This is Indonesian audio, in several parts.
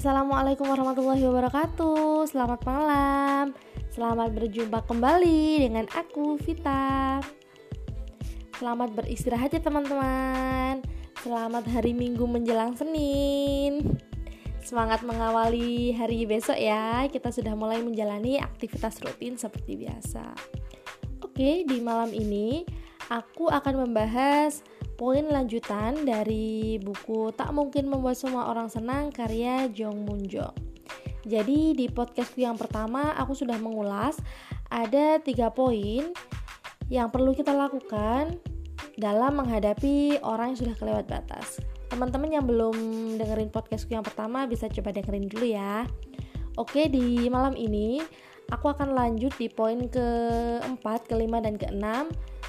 Assalamualaikum warahmatullahi wabarakatuh. Selamat malam. Selamat berjumpa kembali dengan aku, Vita. Selamat beristirahat ya teman-teman. Selamat hari Minggu menjelang Senin. Semangat mengawali hari besok ya. Kita sudah mulai menjalani aktivitas rutin seperti biasa. Oke, di malam ini aku akan membahas poin lanjutan dari buku Tak Mungkin Membuat Semua Orang Senang karya Jong Moon-jo. Jadi di podcastku yang pertama aku sudah mengulas ada 3 poin yang perlu kita lakukan dalam menghadapi orang yang sudah kelewat batas. Teman-teman yang belum dengerin podcastku yang pertama bisa coba dengerin dulu ya. Oke, di malam ini aku akan lanjut di poin ke-4, ke-5, dan ke-6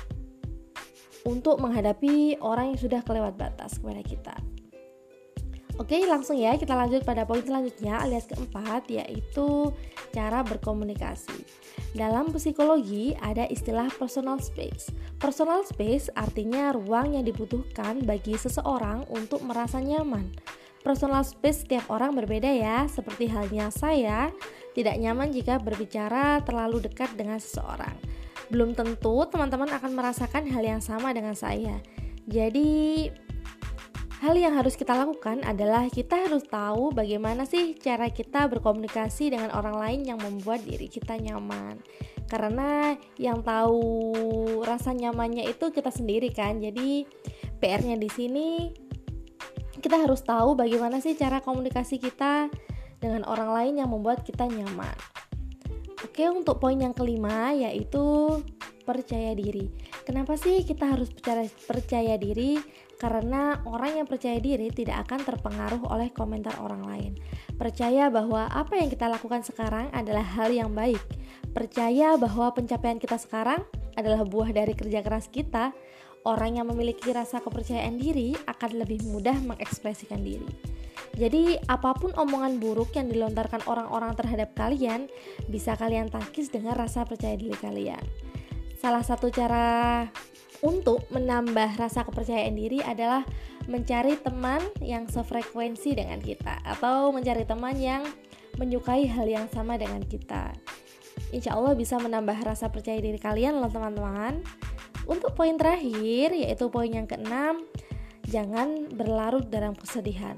untuk menghadapi orang yang sudah kelewat batas kepada kita. Oke, langsung ya kita lanjut pada poin selanjutnya alias keempat, yaitu cara berkomunikasi. Dalam psikologi ada istilah personal space. Personal space artinya ruang yang dibutuhkan bagi seseorang untuk merasa nyaman. Personal space setiap orang berbeda ya, seperti halnya saya tidak nyaman jika berbicara terlalu dekat dengan seseorang. Belum tentu teman-teman akan merasakan hal yang sama dengan saya. Jadi, hal yang harus kita lakukan adalah kita harus tahu bagaimana sih cara kita berkomunikasi dengan orang lain yang membuat diri kita nyaman. Karena yang tahu rasa nyamannya itu kita sendiri kan. Jadi, PR-nya di sini kita harus tahu bagaimana sih cara komunikasi kita dengan orang lain yang membuat kita nyaman. Oke, untuk poin yang kelima yaitu percaya diri. Kenapa sih kita harus percaya diri? Karena orang yang percaya diri tidak akan terpengaruh oleh komentar orang lain. Percaya bahwa apa yang kita lakukan sekarang adalah hal yang baik. Percaya bahwa pencapaian kita sekarang adalah buah dari kerja keras kita. Orang yang memiliki rasa kepercayaan diri akan lebih mudah mengekspresikan diri. Jadi apapun omongan buruk yang dilontarkan orang-orang terhadap kalian bisa kalian tangkis dengan rasa percaya diri kalian. Salah satu cara untuk menambah rasa kepercayaan diri adalah mencari teman yang sefrekuensi dengan kita atau mencari teman yang menyukai hal yang sama dengan kita. Insya Allah bisa menambah rasa percaya diri kalian loh teman-teman. Untuk poin terakhir yaitu poin yang ke-6, jangan berlarut dalam kesedihan.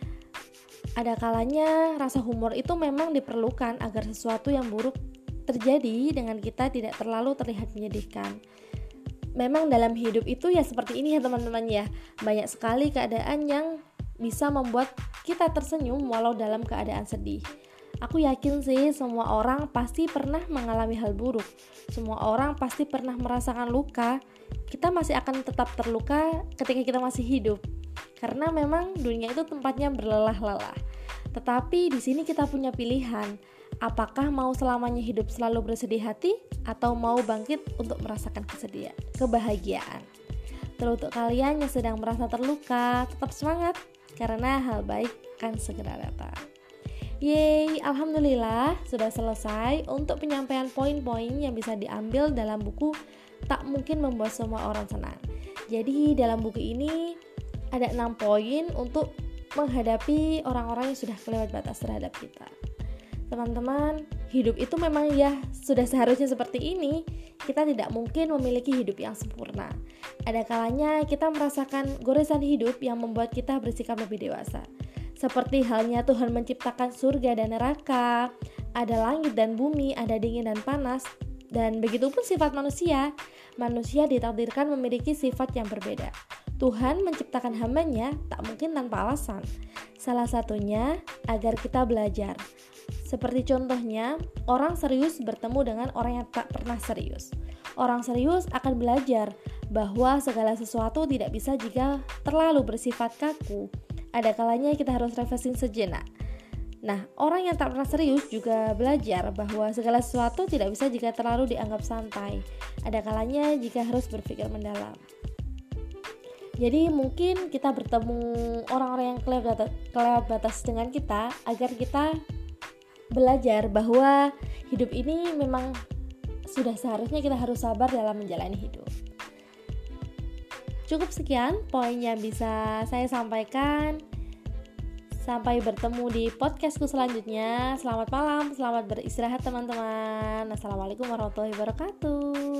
Ada kalanya rasa humor itu memang diperlukan agar sesuatu yang buruk terjadi dengan kita tidak terlalu terlihat menyedihkan. Memang dalam hidup itu ya seperti ini ya teman-teman ya. Banyak sekali keadaan yang bisa membuat kita tersenyum walau dalam keadaan sedih. Aku yakin sih semua orang pasti pernah mengalami hal buruk. Semua orang pasti pernah merasakan luka. Kita masih akan tetap terluka ketika kita masih hidup. Karena memang dunia itu tempatnya berlelah-lelah. Tetapi di sini kita punya pilihan. Apakah mau selamanya hidup selalu bersedih hati atau mau bangkit untuk merasakan kebahagiaan? Teruntuk kalian yang sedang merasa terluka, tetap semangat karena hal baik akan segera datang. Yeay, alhamdulillah sudah selesai untuk penyampaian poin-poin yang bisa diambil dalam buku Tak Mungkin Membuat Semua Orang Senang. Jadi dalam buku ini ada 6 poin untuk menghadapi orang-orang yang sudah kelewat batas terhadap kita. Teman-teman, hidup itu memang ya sudah seharusnya seperti ini. Kita tidak mungkin memiliki hidup yang sempurna. Ada kalanya kita merasakan goresan hidup yang membuat kita bersikap lebih dewasa. Seperti halnya Tuhan menciptakan surga dan neraka, ada langit dan bumi, ada dingin dan panas, dan begitupun sifat manusia. Manusia ditakdirkan memiliki sifat yang berbeda. Tuhan menciptakan hambanya tak mungkin tanpa alasan. Salah satunya agar kita belajar. Seperti contohnya, orang serius bertemu dengan orang yang tak pernah serius. Orang serius akan belajar bahwa segala sesuatu tidak bisa jika terlalu bersifat kaku. Ada kalanya kita harus refreshing sejenak. Nah, orang yang tak pernah serius juga belajar bahwa segala sesuatu tidak bisa jika terlalu dianggap santai. Ada kalanya jika harus berpikir mendalam. Jadi mungkin kita bertemu orang-orang yang kelewat batas dengan kita agar kita belajar bahwa hidup ini memang sudah seharusnya kita harus sabar dalam menjalani hidup. Cukup sekian poin yang bisa saya sampaikan. Sampai bertemu di podcastku selanjutnya. Selamat malam, selamat beristirahat teman-teman. Assalamualaikum warahmatullahi wabarakatuh.